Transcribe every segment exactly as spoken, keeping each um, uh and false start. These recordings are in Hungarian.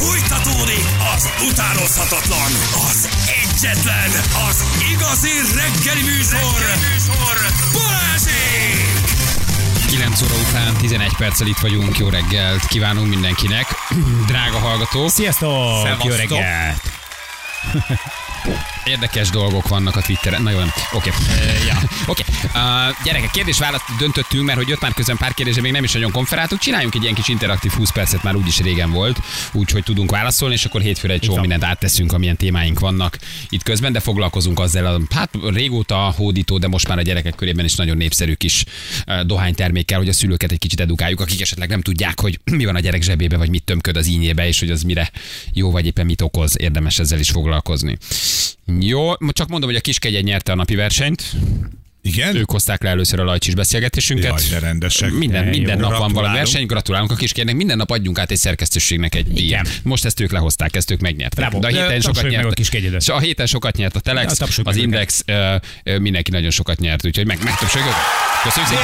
Fújtatódik az utánozhatatlan, az egyetlen, az igazi reggeli műsor, reggeli műsor Balázsék! kilenc óra után tizenegy perccel itt vagyunk, jó reggelt kívánunk mindenkinek. Drága hallgatók. Sziasztok! Szevasztok. Jó reggelt! Érdekes dolgok vannak a Twitteren. Na jó, oké. Okay. Uh, ja. Oké. Okay. Uh, gyerekek, kérdés-választ döntöttünk, mert hogy jött már közben pár kérdés, de még nem is nagyon konferáltuk. Csináljunk egy ilyen kis interaktív húsz percet, már úgyis régen volt, úgyhogy tudunk válaszolni, és akkor hétfőre egy csomó mindent átteszünk, amilyen témáink vannak itt közben, de foglalkozunk azzal a hát régóta hódító, de most már a gyerekek körében is nagyon népszerű kis uh, dohánytermékkel, hogy a szülőket egy kicsit edukáljuk, akik esetleg nem tudják, hogy mi van a gyerek zsebébe, vagy mit tömköd az ínyébe, és hogy az mire jó, vagy éppen mit okoz, érdemes ezzel is foglalkozni. Jó, csak mondom, hogy a Kiskegyegy nyerte a napi versenyt. Igen? Ők hozták le először a lajcsis beszélgetésünket. Jaj, de rendesek. Minden, minden jó, nap van valami gratulálunk. verseny, gratulálunk a Kiskegynek. Minden nap adjunk át egy szerkesztőségnek egy díjat. Most ezt ők lehozták, ezt ők megnyertek. Bravo. De a héten Ö, sokat meg a nyert. Kiskegyedet. A héten sokat nyert a Telex, Ja, az Index, ö, ö, mindenki nagyon sokat nyert, úgyhogy meg, megtapsoljuk. Köszönjük szépen.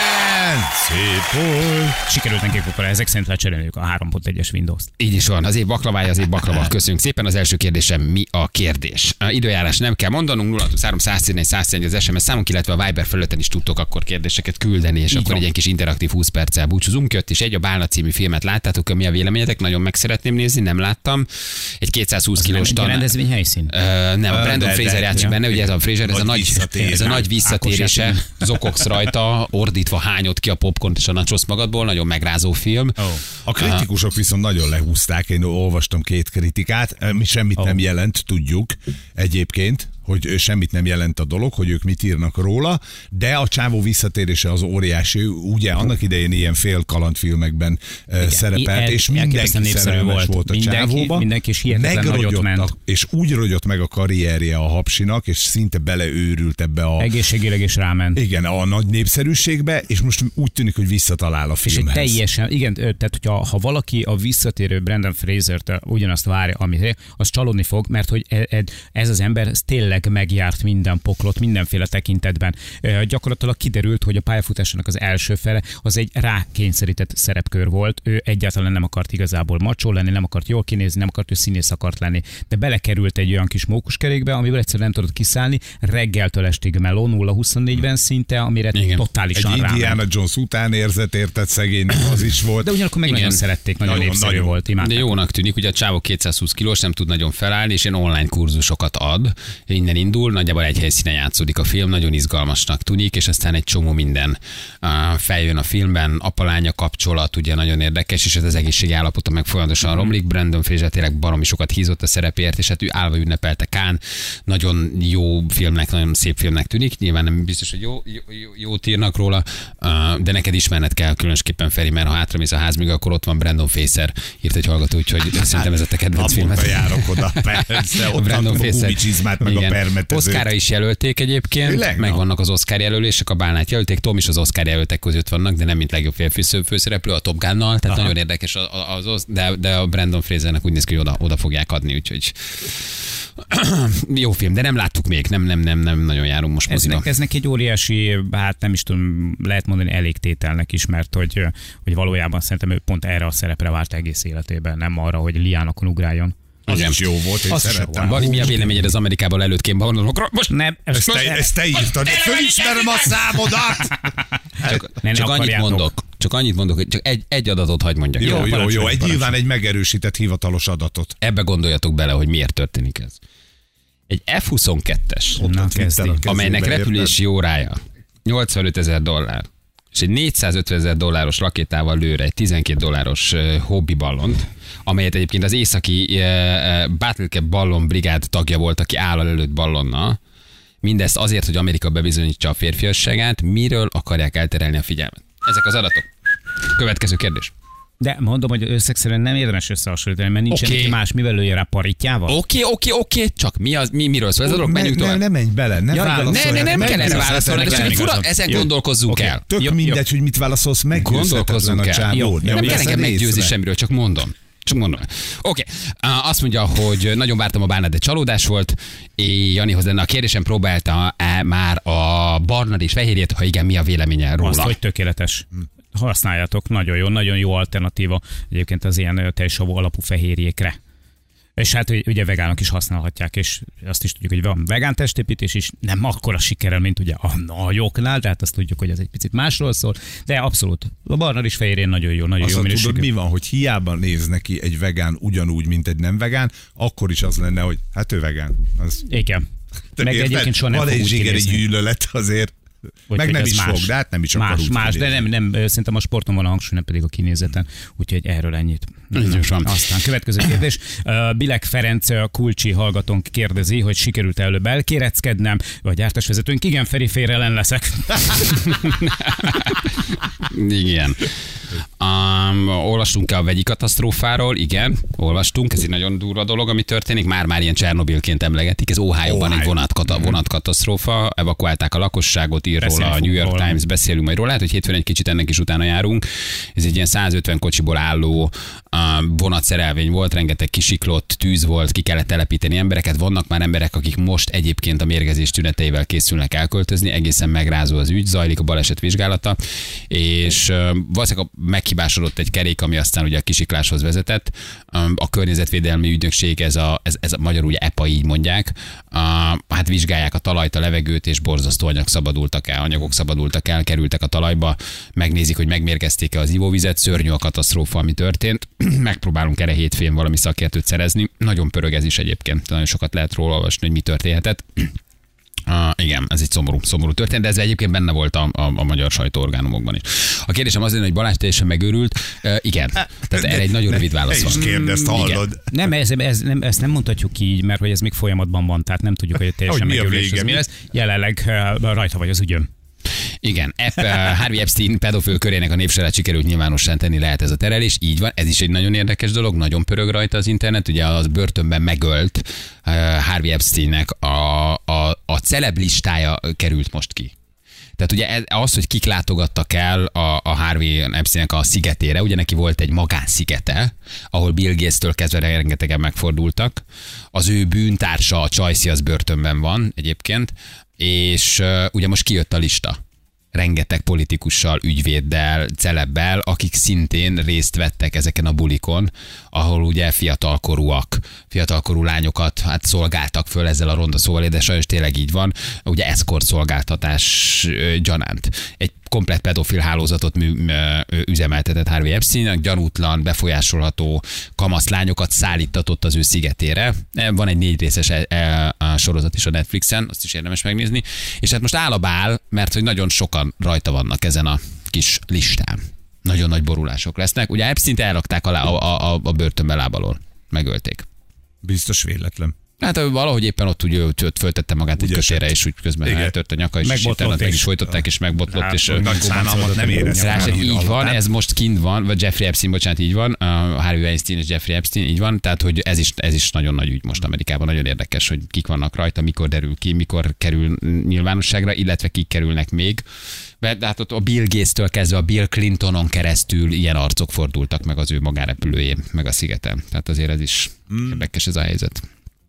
Szép volt. Sikerült nekik akkor ezek szerint lecserélniük a három pont egyes Windows-t. Így is van, az év baklavája, az év baklava. Köszönjük szépen. Az első kérdésem, mi a kérdés? A időjárás nem kell mondanunk, nulla hatvanhárom száz tizennégy száz tizennégy az es em es számunk, illetve a Viber felületen is tudtok akkor kérdéseket küldeni, és Így akkor van. egy ilyen kis interaktív húsz perccel búcsúzunk. Jött is egy, a Bálna című filmet láttátok, mi a véleményetek? Nagyon meg szeretném nézni, nem láttam. Egy kétszázhúsz kilós Egy tan... rendezvény helyszín. Ö, nem, a Ö, Brandon de- Fraser de- játszik ja. benne, ugye ez a Fraser, ez a Nagy nagy, visszatérés. ez a nagy visszatérése, Ákos zokogsz rajta, ordítva hányod ki a popcornt és a nachos magadból, nagyon megrázó film. Oh. A kritikusok viszont nagyon lehúzták, én olvastam két kritikát, mi semmit Oh. nem jelent, tudjuk egyébként, hogy semmit nem jelent a dolog, hogy ők mit írnak róla, de a csávó visszatérése az óriási, ugye annak idején ilyen fél kalandfilmekben Igen. szerepelt, I- és el- mindenki elképesztően népszerű szerelmes volt, volt. a Mindenki- csávóba. mindenki is hihetetlen nagyot ment. És úgy rogyott meg a karrierje a Hapsinak, és szinte beleőrült ebbe a... Egészségileg is ráment. Igen, a nagy népszerűségbe, és most úgy tűnik, hogy visszatalál a És egy filmhez. teljesen, igen, ö, tehát hogyha ha valaki a visszatérő Brandon Fraser-től ugyanazt várja, amit az csalódni fog, mert hogy e- e- ez az ember ez tényleg megjárt minden poklot, mindenféle tekintetben. Ö, Gyakorlatilag kiderült, hogy a pályafutásának az első fele az egy rákényszerített szerepkör volt. Ő egyáltalán nem akart igazából macsó lenni, nem akart jól kinézni, nem akart, ő színész akart lenni. De belekerült egy olyan kis mókuskerékbe, amiből egyszerűen nem tudott kiszállni, reggeltől estig meló, nulla huszonnégyben szinte, amire Igen. totálisan Egy ráment. Indiana Jones után érzett, érted, szegény, az is volt. De ugyanakkor meg Igen. nagyon szerették, nagyon, Nagyon, népszerű nagyon. volt, imádták. De jónak tűnik, ugye a csávó kétszázhúsz kilós, nem tud nagyon felállni, és ilyen online kurzusokat ad. Innen indul, nagyjából egy helyszínen játszódik a film, nagyon izgalmasnak tűnik, és aztán egy csomó minden uh, feljön a filmben, apa-lánya kapcsolat, ugye nagyon érdekes, és ez az egészségi állapota meg folyamatosan romlik. Brandon Fraser tényleg baromi sokat hízott a szerepért, és hát ő állva ünnepelte Cannes. Nagyon jó filmnek, nagyon szép filmnek tűnik. Nyilván nem biztos, hogy jó, jó, jó, jót írnak róla, uh, de neked ismerned kell különösképpen, Feri, mert ha hátramész a házmig, akkor ott van Brandon Fraser, írt egy hallgató, úgyhogy szerintem ez a te kedvenc filmet. Naponta járok oda, persze, ott tartom a gumicsizmát, meg Igen. a permetezőt. Oszkára is jelölték egyébként, Tényleg? meg Na. vannak az Oscar jelölések, a Bálnát jelölték, Tom is az Oscar jelöltek között vannak, de nem mint legjobb férfi főszereplő, a Top Gunnal, tehát Aha. nagyon érdekes az, az de, de a Brandon Frasernek úgy néz ki, hogy oda, oda fogják adni, úgyhogy jó film, de nem láttuk még, nem, nem, nem, nem nagyon járunk most moziba. Eznek, eznek egy óriási, hát nem is tudom, lehet mondani elégtételnek is, mert hogy, hogy valójában szerintem ő pont erre a szerepre várt egész életében, nem arra, hogy Liánokon ugráljon. Az Igen. is jó volt, én Az is szerettem. jó Bari, mi a véleményed az Amerikában előtt kém bavonulokról? Most Nem, Ezt te, ezt te írtad, fölismerem a számodat! csak, ne csak annyit akarjátok. mondok, csak annyit mondok, hogy csak egy, egy adatot hagy mondjak. Jó, jó, jó, parancsolj, egy parancsolj. nyilván egy megerősített hivatalos adatot. Ebbe gondoljatok bele, hogy miért történik ez. Egy ef huszonkettes, Ott Na, a Twitter a kezdi. kezébe, amelynek érted? repülési órája nyolcvanöt ezer dollár, és egy négyszázötven ezer dolláros rakétával lőre egy tizenkét dolláros uh, hobbi ballont, amelyet egyébként az északi uh, Battlecap ballon brigád tagja volt, aki áll előtt ballonnal. Mindezt azért, hogy Amerika bebizonyítsa a férfiasságát, miről akarják elterelni a figyelmet. Ezek az adatok. Következő kérdés. De mondom, hogy összegszerűen nem érdemes összehasonlítani, mert nincsen Oké. okay. más, mivel lője rá paritjával. Oké, oké, oké, csak mi, az, mi miről szól ez a dolog? Ne, Menjünk ne, tovább. ne menj bele, ne Ja, válaszolj. Ne, ne, nem kell erre válaszolni, de csak fura, ezen Jó. gondolkozzunk Oké. el. Tök Jó, mindegy, hogy mit válaszolsz, meggyőzhetetlen Gondolkozzunk a el. csávó. Jó, Nem kell veszed engem meggyőzni észre. semmiről, csak mondom. Csak mondom. Oké, okay. Azt mondja, hogy nagyon vártam a Bálnát, de csalódás volt. És Janihoz lenne a kérdésem, próbálta -e már a barnad és fehérjét, ha igen, mi a véleménye róla? Azt, hogy tökéletes. Használjátok, nagyon jó, nagyon jó alternatíva egyébként az ilyen tejsavú alapú fehérjékre. És hát ugye vegánok is használhatják, és azt is tudjuk, hogy van vegán testépítés is, nem akkora sikerrel, mint ugye a nagyoknál, tehát azt tudjuk, hogy ez egy picit másról szól, de abszolút. A barna rizs fehérjén nagyon jó, nagyon azt jó minőségű. Tudod, mi van, hogy hiába néz neki egy vegán ugyanúgy, mint egy nem vegán, akkor is az lenne, hogy hát ő vegán. Az... Igen. Meg érted? egyébként soha nem van fog egy úgy zsigeri kinézni. gyűlölet azért. Hogy meg nem is más, fog, de hát nem is akar más, úgy más, de kinézni. nem, nem, szerintem a sporton van a hangsúly, nem pedig a kinézeten, úgyhogy erről ennyit. Így van. Aztán következő kérdés. Uh, Bilek Ferenc uh, Kulcsi hallgatónk kérdezi, hogy sikerült előbb elkéreckednem, vagy gyártásvezetőnk. Igen, Feri, félrelen leszek. Igen. Um, olvastunk-e a vegyi katasztrófáról? Igen, olvastunk. Ez egy nagyon durva dolog, ami történik. Már-már ilyen Csernobilként emlegetik. Ez Ohio-ban egy vonatkata, vonatkatasztrófa. Evakuálták a lakosságot, ír róla a New York róla. Times, beszélünk majd róla. Lehet, hogy hétfőn egy kicsit ennek is utána járunk. Ez egy ilyen százötven kocsiból álló uh, vonatszerelvény volt, rengeteg kisiklott, tűz volt, ki kellett telepíteni embereket. Vannak már emberek, akik most egyébként a mérgezés tüneteivel készülnek elköltözni. Egészen megrázó az ügy, zajlik a baleset vizsgálata, és uh, valószínűleg meghibásodott egy kerék, ami aztán ugye a kisikláshoz vezetett. A környezetvédelmi ügynökség, ez a, ez, ez a magyarul ugye E P A, így mondják, a, hát vizsgálják a talajt, a levegőt, és borzasztó anyag szabadultak el, anyagok szabadultak el, kerültek a talajba, megnézik, hogy megmérgezték-e az ivóvizet, szörnyű a katasztrófa, ami történt. Megpróbálunk erre hétfőn valami szakértőt szerezni. Nagyon pörög ez is egyébként, nagyon sokat lehet róla olvasni, hogy mi történhetett. Uh, igen, ez egy szomorú, szomorú történet, de ez egyébként benne volt a, a, a magyar sajtóorgánumokban is. A kérdésem az lenne, hogy Balázs teljesen megőrült. Uh, igen, tehát erre egy nagyon rövid válasz van. Te is kérdezt, hallod. Nem, ez, ez, nem, ezt nem mondhatjuk így, mert hogy ez még folyamatban van, tehát nem tudjuk, hogy teljesen Hogy mi a megőrülés vége, ez mi mi? lesz. Jelenleg uh, rajta vagy az ügyön. Igen, Ep, uh, Harvey Epstein pedofil körének a névsorát sikerült nyilvánossá tenni, lehet ez a terelés, így van, ez is egy nagyon érdekes dolog, nagyon pörög rajta az internet, ugye az börtönben megölt uh, Harvey Epsteinnek a, a, a celeb listája került most ki. Tehát ugye ez, az, hogy kik látogattak el a, a Harvey Epsteinnek a szigetére, ugye neki volt egy magánszigete, ahol Bill Gates-től kezdve rengetegen megfordultak. Az ő bűntársa, a Csajci, az börtönben van egyébként, és uh, ugye most kijött a lista. Rengeteg politikussal, ügyvéddel, celebbel, akik szintén részt vettek ezeken a bulikon, ahol ugye fiatalkorúak, fiatalkorú lányokat hát szolgáltak föl ezzel a ronda szóval, de sajnos tényleg így van, ugye eszkort szolgáltatás gyanánt. Egy komplett pedofil hálózatot mű, üzemeltetett Harvey Epstein, gyanútlan, befolyásolható kamaszlányokat szállítatott az ő szigetére. Van egy négy részes sorozat is a Netflixen, azt is érdemes megnézni. És hát most áll a bál, mert hogy nagyon sokan rajta vannak ezen a kis listán. Nagyon nagy borulások lesznek. Ugye Epsteint elrakták a, a, a, a börtönbe lábalól. Megölték. Biztos véletlen. Hát valahogy éppen ott úgy ott föltette magát egy kötére, és úgy közben igen. eltört a nyaka, és, és utána meg is folytották, és megbotlott. Hát, és nagy szánalmat nem éreztem. Így van, ez most kint van, vagy Jeffrey Epstein, bocsánat, így van, uh, Harvey Weinstein és Jeffrey Epstein, így van, tehát hogy ez is, ez is nagyon nagy ügy most Amerikában, nagyon érdekes, hogy kik vannak rajta, mikor derül ki, mikor kerül nyilvánosságra, illetve kik kerülnek még. De hát ott a Bill Gates-től kezdve a Bill Clintonon keresztül ilyen arcok fordultak meg az ő magánrepülőjén, meg a szigeten. Tehát azért ez is mm. érdekes ez a helyzet.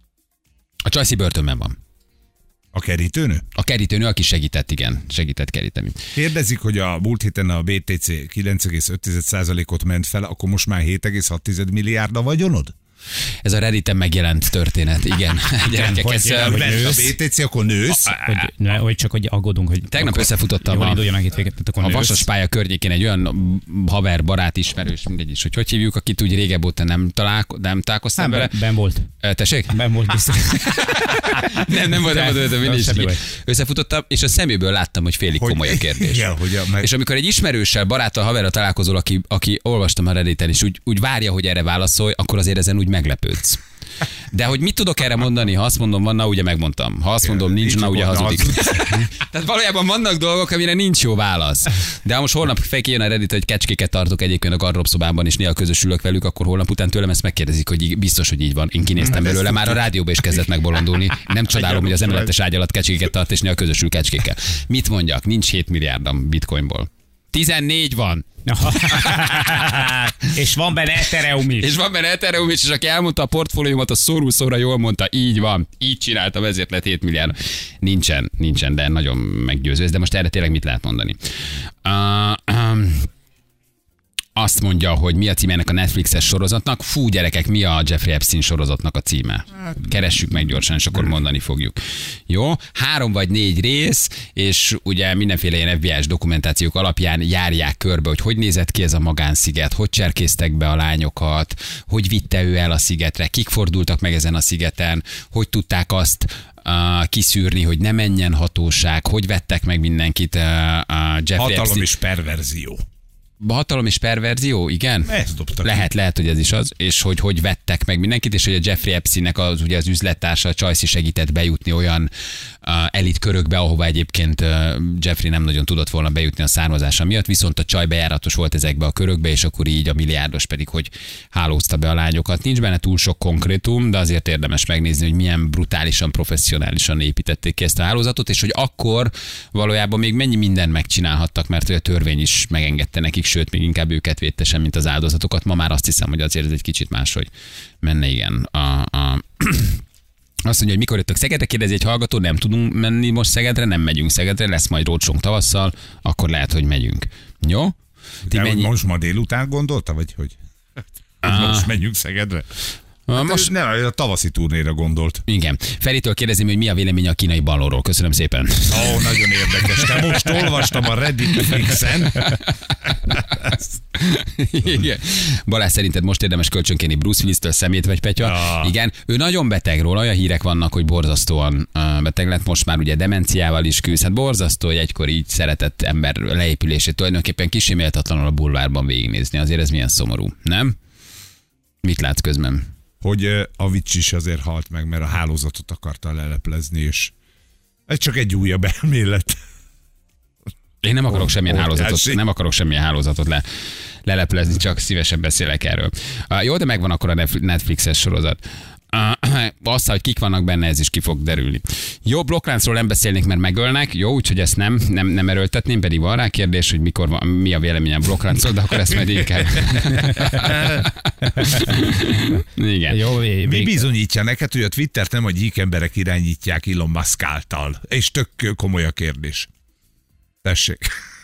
A Csajci börtönben van. A kerítőnő? A kerítőnő, aki segített, igen, segített keríteni. Kérdezik, hogy a múlt héten a bé té cé kilenc egész öt százalékot ment fel, akkor most már hét egész hat milliárd a vagyonod? Ez a Redditen megjelent történet, igen. Gyerekek, ez, a bé té cé, akkor nősz? Hogy, ne, hogy csak hogy aggódunk, hogy tegnap összefutottam a, a Vasas pálya környékén egy olyan haver, barát, ismerős, mindegy is, hogy hogy hívjuk, akit úgy régebb óta nem, találko, nem találkoztam vele. Ben volt. Tessék? Ben volt biztos. nem, nem volt, nem volt, nem volt. Összefutottam, és a szeméből láttam, hogy félig komoly a kérdés. Igen, hogy a, meg... És amikor egy ismerőssel, baráttal, haverral találkozol, aki, aki olvastam a Redditen, és úgy, úgy várja, hogy erre válaszolj, akkor azért ezen úgy meglepődsz. De hogy mit tudok erre mondani, ha azt mondom, van, na ugye megmondtam. Ha azt mondom, nincs, na ugye hazudik. Tehát valójában vannak dolgok, amire nincs jó válasz. De ha most holnap fejjön a Reddit, hogy kecskéket tartok egyébként a garderobszobában, és néha közösülök velük, akkor holnap után tőlem ezt megkérdezik, hogy biztos, hogy így van. Én kinéztem belőle, már a rádióba is kezdett megbolondulni. Nem csodálom, hogy az emeletes ágy alatt kecskéket tart, és néha közösül kecskékkel. Mit mondjak? Nincs hét milliárdam bitcoinból. tizennégy van. És van benne Ethereum is. És van benne Ethereum is, és aki elmondta a portfóliómat, az szórul szóra jól mondta, így van, így csináltam, ezért lett hét milliárd. Nincsen, nincsen, de nagyon meggyőző. De most erre tényleg mit lehet mondani? Uh, um, azt mondja, hogy mi a címe ennek a Netflixes sorozatnak. Fú, gyerekek, mi a Jeffrey Epstein sorozatnak a címe? Keressük meg gyorsan, és akkor mondani fogjuk. Jó? Három vagy négy rész, és ugye mindenféle ilyen ef bé i-s dokumentációk alapján járják körbe, hogy hogy nézett ki ez a magánsziget, hogy cserkéztek be a lányokat, hogy vitte ő el a szigetre, kik fordultak meg ezen a szigeten, hogy tudták azt Uh, kiszűrni, hogy ne menjen hatóság, hogy vettek meg mindenkit uh, uh, Jeffrey Hatalom Epstein. és perverzió. Hatalom és perverzió, igen? Ezt dobtak. Lehet, lehet, hogy ez is az, és hogy hogy vettek meg mindenkit, és hogy a Jeffrey Epsteinnek az, ugye az üzlettársa, a Csajci segített bejutni olyan uh, elit körökbe, ahova egyébként uh, Jeffrey nem nagyon tudott volna bejutni a származása miatt, viszont a csaj bejáratos volt ezekbe a körökbe, és akkor így a milliárdos pedig, hogy hálózta be a lányokat. Nincs benne túl sok konkrétum, de azért érdemes megnézni, hogy milyen brutálisan, professzionálisan építették ki ezt a hálózatot, és hogy akkor valójában még mennyi mindent megcsinálhattak, mert a törvény is megengedte nekik, sőt, még inkább őket védte sem, mint az áldozatokat. Ma már azt hiszem, hogy azért ez egy kicsit máshogy menne, igen. A, a... Azt mondja, hogy mikor jöttök Szegedre, kérdezi egy hallgató, nem tudunk menni most Szegedre, nem megyünk Szegedre, lesz majd rócsónk tavasszal, akkor lehet, hogy megyünk. Jó? Ti mennyi... most ma délután gondolta, vagy hogy? Ah. Most megyünk Szegedre? Hát most nem, a tavaszi turnéra gondolt. Igen. Feritől kérdezni, hogy mi a vélemény a kínai ballonról. Köszönöm szépen. Ó, oh, nagyon érdekes. Te most olvastam a Reddit Flixen. Igen. Balázs, szerinted most érdemes kölcsönkéni Bruce Willis-től szemét vagy Petya? Ah. Igen. Ő nagyon beteg róla, olyan hírek vannak, hogy borzasztóan beteg lett, most már ugye demenciával is küzd. Hát borzasztó, hogy egykor így szeretett ember leépülését tulajdonképpen kissé méltatlanul a bulvárban végignézni. Azért ez milyen szomorú, nem? Mit látsz közben? Hogy a Vicsi is azért halt meg, mert a hálózatot akarta leleplezni, és ez csak egy újabb elmélet. Én nem akarok semmilyen hálózatot, nem akarok semmilyen hálózatot le, leleplezni, csak szívesen beszélek erről. Uh, jó, de megvan akkor a Netflixes sorozat. Uh, azt, hogy kik vannak benne, ez is ki fog derülni. Jó, blokkláncról nem beszélnék, mert megölnek. Jó, úgyhogy ezt nem, nem, nem erőltetném, pedig van rá kérdés, hogy mikor van, mi a véleményem blokkláncról, de akkor ezt majd inkább. Igen. Jó, vég, mi bizonyítja neked, hogy a Twittert nem a gyík emberek irányítják Elon Musk által? És tök komoly a kérdés. Tessék.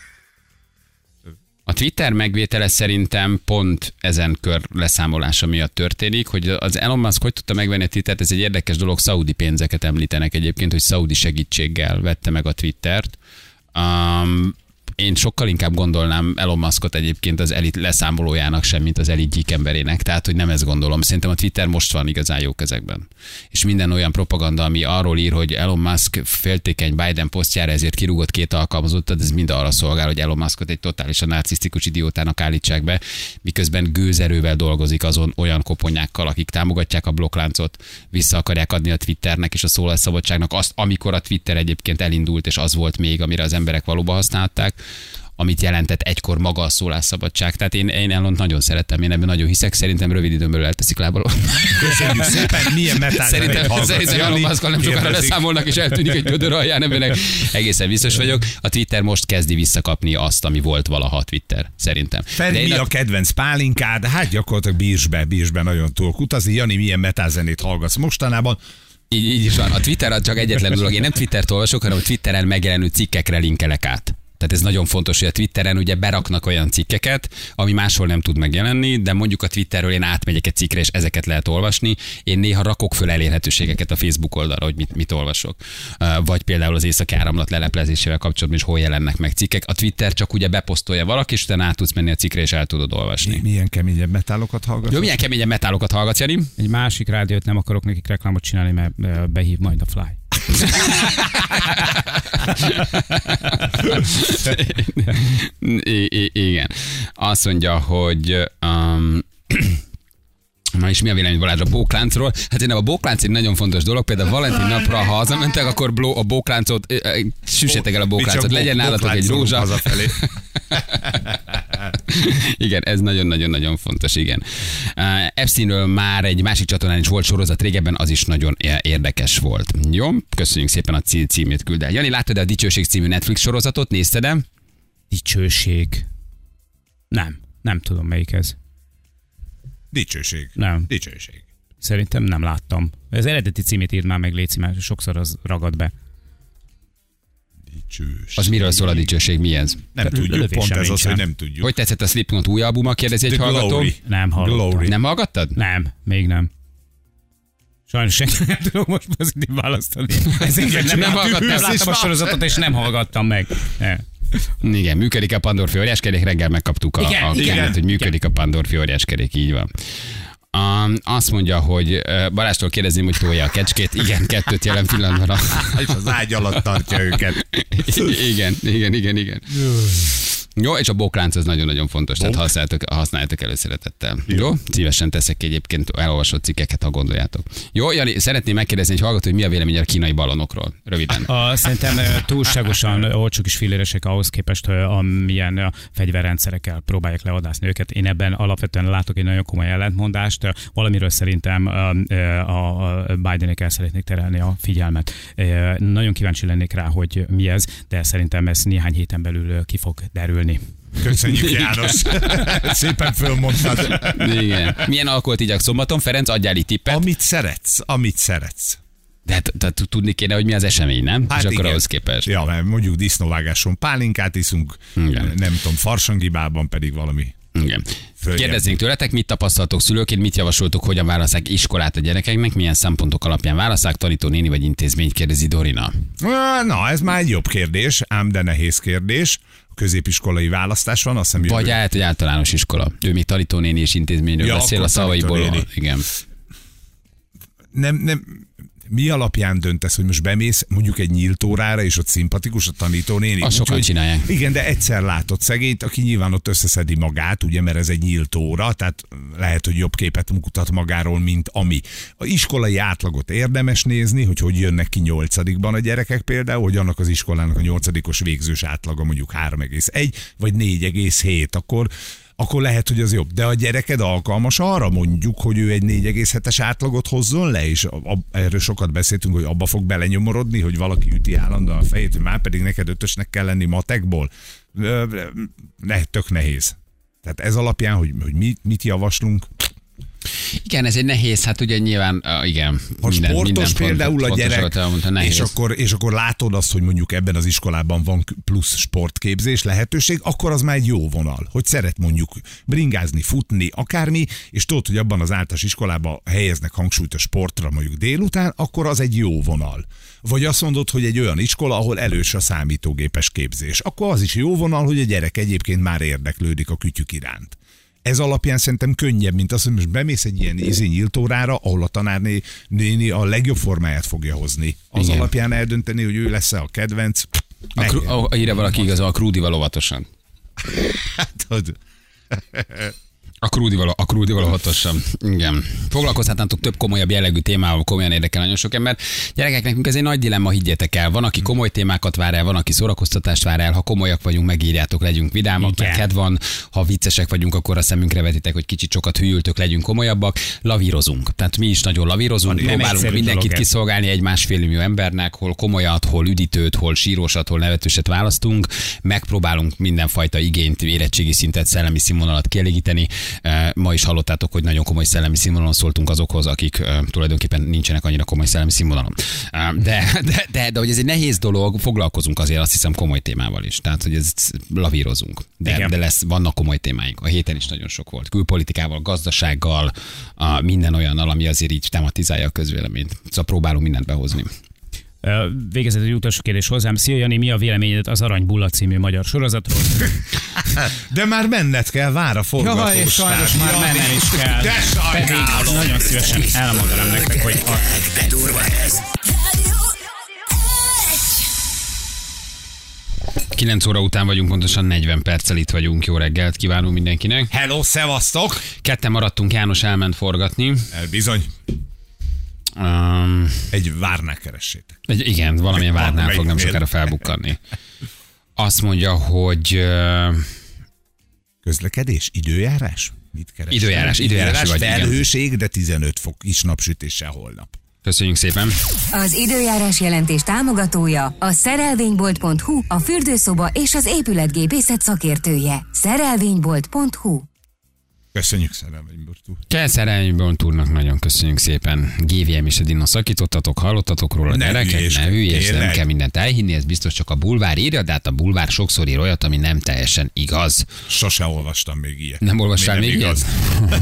A Twitter megvétele szerintem pont ezen kör leszámolása miatt történik, hogy az Elon Musk hogy tudta megvenni a Twittert, ez egy érdekes dolog, szaudi pénzeket említenek egyébként, hogy szaudi segítséggel vette meg a Twittert. Um, én sokkal inkább gondolnám Elon Muskot egyébként az elit leszámolójának sem, mint az elit gyík emberének. Tehát, hogy nem ezt gondolom. Szerintem a Twitter most van igazán jó kezekben. És minden olyan propaganda, ami arról ír, hogy Elon Musk féltékeny Biden posztjára, ezért kirúgott két alkalmazottat, ez mind arra szolgál, hogy Elon Muskot egy totálisan narcisztikus idiótának állítsák be, miközben gőzerővel dolgozik azon olyan koponyákkal, akik támogatják a blokkláncot, vissza akarják adni a Twitternek és a szólásszabadságnak azt, amikor a Twitter egyébként elindult, és az volt még, amire az emberek valóban használták, amit jelentett egykor maga a szólásszabadság. Tehát én, én Elont nagyon szeretem, én ebben nagyon hiszek, szerintem rövid időn belül elteszik lábaló. Köszönjük szépen, milyen metál. Szerintem, szerintem Elon Muskal nem sokára leszámolnak, és eltűnik egy gödör alján, ebben egészen biztos vagyok. A Twitter most kezdi visszakapni azt, ami volt valaha a Twitter, szerintem. Feri, mi a kedvenc pálinkád? Hát gyakorlatilag bírs be, bírs be, nagyon tudok utazni. Jani, milyen metálzenét hallgatsz mostanában? Így, így is van. A Twitter az csak egyetlen dolog. Én nem Twittert olvasok, hanem a Twitteren megjelenő cikkekre linkelek át. Tehát ez nagyon fontos, hogy a Twitteren ugye beraknak olyan cikkeket, ami máshol nem tud megjelenni, de mondjuk a Twitterről én átmegyek egy cikkre, és ezeket lehet olvasni. Én néha rakok föl elérhetőségeket a Facebook oldalra, hogy mit, mit olvasok. Vagy például az északi áramlat leleplezésével kapcsolatban is hol jelennek meg cikkek. A Twitter csak ugye beposztolja valaki, és utána át tudsz menni a cikkre, és el tudod olvasni. Milyen keményebb metálokat hallgatsz? Jó, milyen keményebb metálokat hallgatsz, Jani? Egy másik rádiót nem akarok nekik reklámot csinálni, mert behív majd a Fly. I- I- igen. Azt mondja, hogy um, na és mi a vélemény Balázs a bókláncról? Hát én a bóklánc egy nagyon fontos dolog, például Valentin napra, ha hazamentek, akkor bló, a bókláncot, süssétek el a bókláncot, legyen nálatok egy rózsa. Igen, ez nagyon-nagyon-nagyon fontos, igen. Uh, Epsteinről már egy másik csatornán is volt sorozat régebben, az is nagyon érdekes volt. Jó, köszönjük szépen a cí- címét küld el. Jani, láttad a Dicsőség című Netflix sorozatot? Nézted-e? Dicsőség. Nem, nem tudom melyik ez. Dicsőség. Nem. Dicsőség. Szerintem nem láttam. Az eredeti címét írd már meg, léci, mert sokszor az ragad be. Dicsőség. Az miről szól a dicsőség, mi ez? Nem tudjuk, pont ez az, hogy nem tudjuk. Hogy tetszett a Slipknot új albuma, kérdezi egy The hallgató. Glory. Nem hallottam. Glory. Nem hallgattad? Nem, még nem. Sajnos senki nem tudom most pozitív választani. Ezért nem, Nem nem, hallgattam. nem láttam a sorozatot, és nem hallgattam meg. Ne. Igen, működik a Pandorfi óriáskerék, reggel megkaptuk a, Igen, a igen, könyvet, hogy működik igen. a Pandorfi óriáskerék, így van. Um, azt mondja, hogy uh, Balástól kérdezném, hogy tolja a kecskét. Igen, kettőt jelen pillanatban. És az ágy alatt tartja őket. igen, igen, igen, igen. Jó, és a boklánc az nagyon-nagyon fontos, Bok? tehát használjátok, használjátok előszeretettel. Jó. Jó? Szívesen teszek ki egyébként elolvasott cikkeket, ha gondoljátok. Jó, Jani, szeretném megkérdezni egy hallgató, hogy mi a vélemény a kínai ballonokról. Röviden. A, szerintem túlságosan olcsók és filléresek ahhoz képest, hogy amilyen a fegyverrendszerekkel próbálják leadászni őket. Én ebben alapvetően látok egy nagyon komoly ellentmondást. Valamiről szerintem a, a Bidenék el szeretnék terelni a figyelmet. Nagyon kíváncsi lennék rá, hogy mi ez, de szerintem ez néhány héten belül ki fog derülni. Köszönjük, János. Szépen fölmondtad. Igen. Milyen alkoholt igyak szombaton? Ferenc, adjál itt tippet. Amit szeretsz, amit szeretsz. De hát, tehát tudni kéne, hogy mi az esemény, nem? Hát és akkor igen. ahhoz képest. Ja, mert mondjuk disznóvágáson pálinkát iszunk, Igen. nem tudom, farsangibában pedig valami. Igen. Följebb. Kérdezzünk tőletek, mit tapasztaltok szülőként, mit javasoltok, hogyan válasszák iskolát a gyerekeknek, milyen szempontok alapján válasszák, tanító néni vagy intézményt, kérdezi Dorina. Na, ez már egy jobb kérdés, ám de nehéz kérdés. A középiskolai választás van, azt hiszem jövő. Vagy lehet, hogy általános iskola. Ő még tanítónéni és intézményről Ja, beszél a akkor szavaiból. tanítónéni. Igen. Nem, nem, mi alapján döntesz, hogy most bemész mondjuk egy nyílt órára, és ott szimpatikus a tanítónéni? Azt sokan Úgyhogy- csinálják. Igen, de egyszer látott szegényt, aki nyilván ott összeszedi magát, ugye, mert ez egy nyílt óra, tehát lehet, hogy jobb képet mutat magáról, mint ami. A iskolai átlagot érdemes nézni, hogy hogy jönnek ki nyolcadikban a gyerekek például, hogy annak az iskolának a nyolcadikos végzős átlaga mondjuk három egész egy vagy négy egész hét, akkor akkor lehet, hogy az jobb. De a gyereked alkalmas arra mondjuk, hogy ő egy négy egész hetes átlagot hozzon le, és a, a, erről sokat beszéltünk, hogy abba fog belenyomorodni, hogy valaki üti állandóan a fejét, hogy már pedig neked ötösnek kell lenni matekból. Ne, tök nehéz. Tehát ez alapján, hogy, hogy mit, mit javaslunk. Igen, ez egy nehéz, hát ugye nyilván, uh, igen. Ha minden, sportos minden például pont, a gyerek, pontosan elmondta, nehéz. és akkor, és akkor látod azt, hogy mondjuk ebben az iskolában van plusz sportképzés lehetőség, akkor az már egy jó vonal, hogy szeret mondjuk bringázni, futni, akármi, és tudod, hogy abban az általános iskolában helyeznek hangsúlyt a sportra mondjuk délután, akkor az egy jó vonal. Vagy azt mondod, hogy egy olyan iskola, ahol elős a számítógépes képzés, akkor az is jó vonal, hogy a gyerek egyébként már érdeklődik a kütyük iránt. Ez alapján szerintem könnyebb, mint az, hogy most bemész egy ilyen ízi nyílt órára, ahol a tanárné néni a legjobb formáját fogja hozni. Az Igen. alapján eldönteni, hogy ő lesz a kedvenc. A krú, a, írja valaki igaz, a krúdival óvatosan. Hát, hogy... A krúdival, a krúdival óvatosan. Igen. Foglalkozhatnátok több komolyabb jellegű témával, komolyan érdekel nagyon sok ember. Gyerekek, nekünk ez egy nagy dilemma, higgyétek el. Van, aki komoly témákat vár el, van, aki szórakoztatást vár el. Ha komolyak vagyunk, megírjátok, legyünk vidámak, Igen. meg kedv van. Ha viccesek vagyunk, akkor a szemünkre vetitek, hogy kicsit sokat hűltök, legyünk komolyabbak. Lavírozunk. Tehát mi is nagyon lavírozunk, Nem próbálunk egyszerű mindenkit dolog ez. kiszolgálni egy másfél millió embernek, hol komolyat, hol üdítőt, hol sírósat, hol nevetőset választunk. Megpróbálunk mindenfajta igényt, érettségi szintet, szellemi színvonalat kielégíteni. Eh, Ma is hallottátok, hogy nagyon komoly szellemi színvonalon szóltunk azokhoz, akik uh, tulajdonképpen nincsenek annyira komoly szellemi színvonalon. Uh, de, de, de, de hogy ez egy nehéz dolog, foglalkozunk azért azt hiszem komoly témával is. Tehát, hogy ez lavírozunk. De, de lesz, vannak komoly témáink. A héten is nagyon sok volt. Külpolitikával, gazdasággal, a minden olyannal, ami azért így tematizálja a közvéleményt. Szóval próbálunk mindent behozni. Végezett egy utolsó kérdés hozzám. Szia Jani, mi a véleményed az Arany Bulla című magyar sorozatról? De már menned kell, vár a forgatós. Jaj, sajnos már mennem is kell. De Pedig sajnálom. nagyon szívesen elmondanám nektek, hogy a... De durva ez. kilenc óra után vagyunk, pontosan negyven perccel itt vagyunk. Jó reggelt kívánunk mindenkinek. Hello, szevasztok! Ketten maradtunk, János elment forgatni. El bizony, Um, egy várnál keressétek. Egy, igen, valamilyen várnál fog nem Valamelyiknél. sokára felbukkanni. Azt mondja, hogy uh, Közlekedés, időjárás? Mit kerestek? Időjárás, időjárási vagy, igen. Felhőség, de tizenöt fok is napsütéssel holnap. köszönjük szépen. Az időjárás jelentés támogatója a szerelvénybolt pont hu, a fürdőszoba és az épületgépészet szakértője. szerelvénybolt pont hu Köszönjük Szerelmény Bortúr. Szerelmény Bortúrnak nagyon köszönjük szépen. gé vé em és Edina szakítottatok, hallottatok róla, Ne gyerekek, hülyéskedj, ne hülyés, nem tényleg. kell mindent elhinni, ez biztos csak a bulvár írja, de hát a bulvár sokszor ír olyat, ami nem teljesen igaz. Sose olvastam még ilyet. Nem olvastál Még még nem ilyet?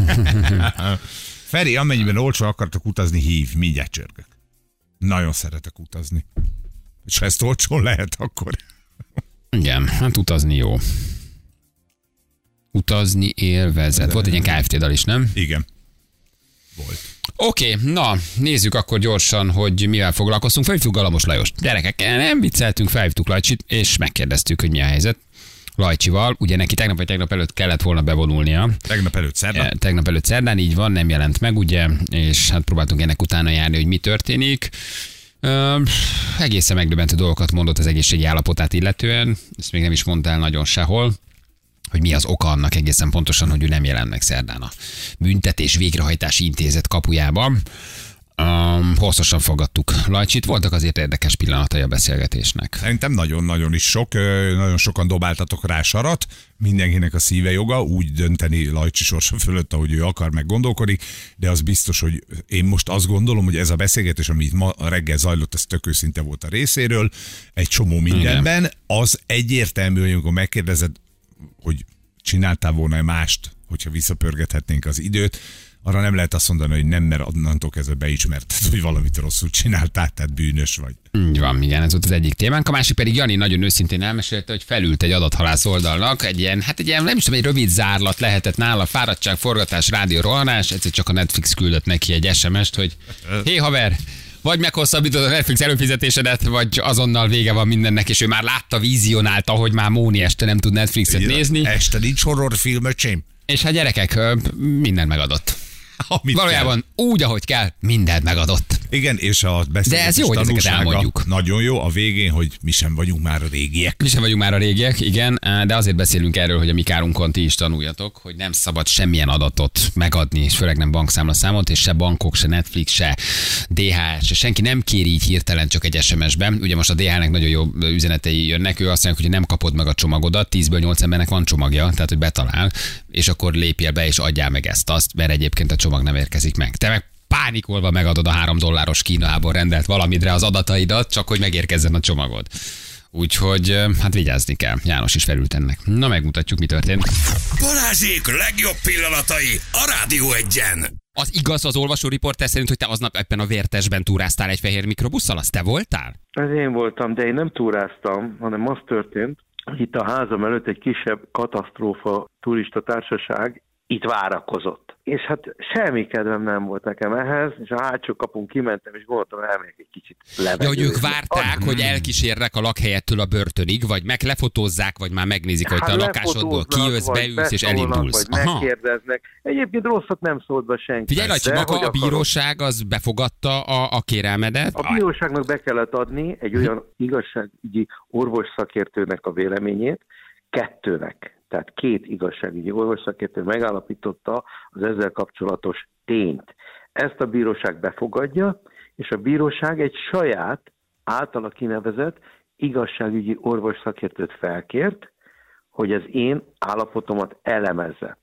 Feri, amennyiben olcsó akartok utazni, hív, mindjárt csörgök. Nagyon szeretek utazni. És ha ezt olcsón lehet, akkor... Igen, hát utazni jó. Utazni élvezet. Volt egy ilyen ká ef té dal is, nem? Igen. Volt. Oké, okay, na, nézzük akkor gyorsan, hogy mivel foglalkoztunk. Felhívtuk Galamos Lajost. Gyerekek, nem vicceltünk, felhívtuk Lajcsit, és megkérdeztük, hogy mi a helyzet Lajcsival. Ugye neki tegnap vagy tegnap előtt kellett volna bevonulnia. Tegnap előtt szerdán? Tegnap előtt szerdán, így van, nem jelent meg, ugye, és hát próbáltunk ennek utána járni, hogy mi történik. Ö, egészen megdöbbentő dolgokat mondott az egészségi állapotát illetően, ezt még nem is mondta el nagyon sehol, hogy mi az oka annak egészen pontosan, hogy ő nem jelent meg szerdán a büntetés végrehajtási intézet kapujában. Um, hosszasan fogadtuk Lajcsit, voltak azért érdekes pillanatai a beszélgetésnek. Szerintem nagyon-nagyon is sok, nagyon sokan dobáltatok rá sarat, mindenkinek a szíve joga, úgy dönteni Lajcsi sorsa fölött, ahogy ő akar, meg gondolkodik, de az biztos, hogy én most azt gondolom, hogy ez a beszélgetés, ami ma reggel zajlott, ez tök őszinte volt a részéről, egy csomó mindenben, igen. Az egyértelmű, hogy amikor megkérdezed, hogy csináltál volna mást, hogyha visszapörgethetnénk az időt, arra nem lehet azt mondani, hogy nem, mert onnantól kezdve beismerted, hogy valamit rosszul csináltál, tehát bűnös vagy. Így van, igen, ez volt az egyik témánk. A másik pedig Jani nagyon őszintén elmesélte, hogy felült egy adathalász oldalnak, egy ilyen, hát egy ilyen, nem is tudom, egy rövid zárlat lehetett nála, fáradtság, forgatás, rádió, rohanás, egyszer csak a Netflix küldött neki egy es em est, hogy hé haver, vagy meghosszabbítod a Netflix előfizetésedet, vagy azonnal vége van mindennek, és ő már látta, vizionálta, hogy már Móni este nem tud Netflixet Igen, nézni. Este nincs horrorfilm, öcsém. És hát gyerekek, mindent megadott. Amit Valójában kell. Úgy, ahogy kell, mindent megadott. Igen, és a beszélgetés de ez jó, hogy ezeket elmondjuk. Nagyon jó a végén, hogy mi sem vagyunk már a régiek. Mi sem vagyunk már a régiek, igen, de azért beszélünk erről, hogy a mi kárunkon ti is tanuljatok, hogy nem szabad semmilyen adatot megadni, és főleg nem bankszámlaszámot, és se bankok, se Netflix, se dé há es, se senki nem kéri így hirtelen csak egy es em es-ben. Ugye most a dé há es-nek nagyon jó üzenetei jönnek, ő azt mondja, hogy nem kapod meg a csomagodat, tízből nyolc embernek van csomagja, tehát hogy betalál, és akkor lépjél be és adjál meg ezt-azt, mert egyébként a csomag nem érkezik meg. Te meg pánikolva megadod a három dolláros Kínából rendelt valamidre az adataidat, csak hogy megérkezzen a csomagod. Úgyhogy hát vigyázni kell. János is felült ennek. Na, megmutatjuk, mi történt. Balázsék legjobb pillanatai a Rádió Egyen. Az igaz az olvasó riporter szerint, hogy te aznap ebben a vértesben túráztál egy fehér mikrobusszal? Az te voltál? Ez én voltam, de én nem túráztam, hanem az történt, hogy itt a házam előtt egy kisebb katasztrófa turista társaság itt várakozott. És hát semmi kedvem nem volt nekem ehhez, és a hátsó kapun kimentem, és gondoltam, elmegyek egy kicsit levegőzni. De hogy ők várták, az... hogy elkísérnek a lakhelyettől a börtönig, vagy meglefotózzák, vagy már megnézik, hogy hát te a lakásodból kijössz, beülsz, és elindulsz. Vagy aha. Megkérdeznek. Egyébként rosszat nem szólt be senki. Figyelj, Lajcsi, maga a bíróság az befogadta a, a kérelmedet? A bíróságnak be kellett adni egy olyan igazságügyi orvosszakértőnek a véleményét, kettőnek. Tehát két igazságügyi orvosszakértő megállapította az ezzel kapcsolatos tényt. Ezt a bíróság befogadja, és a bíróság egy saját, általa kinevezett igazságügyi orvosszakértőt felkért, hogy az én állapotomat elemezze.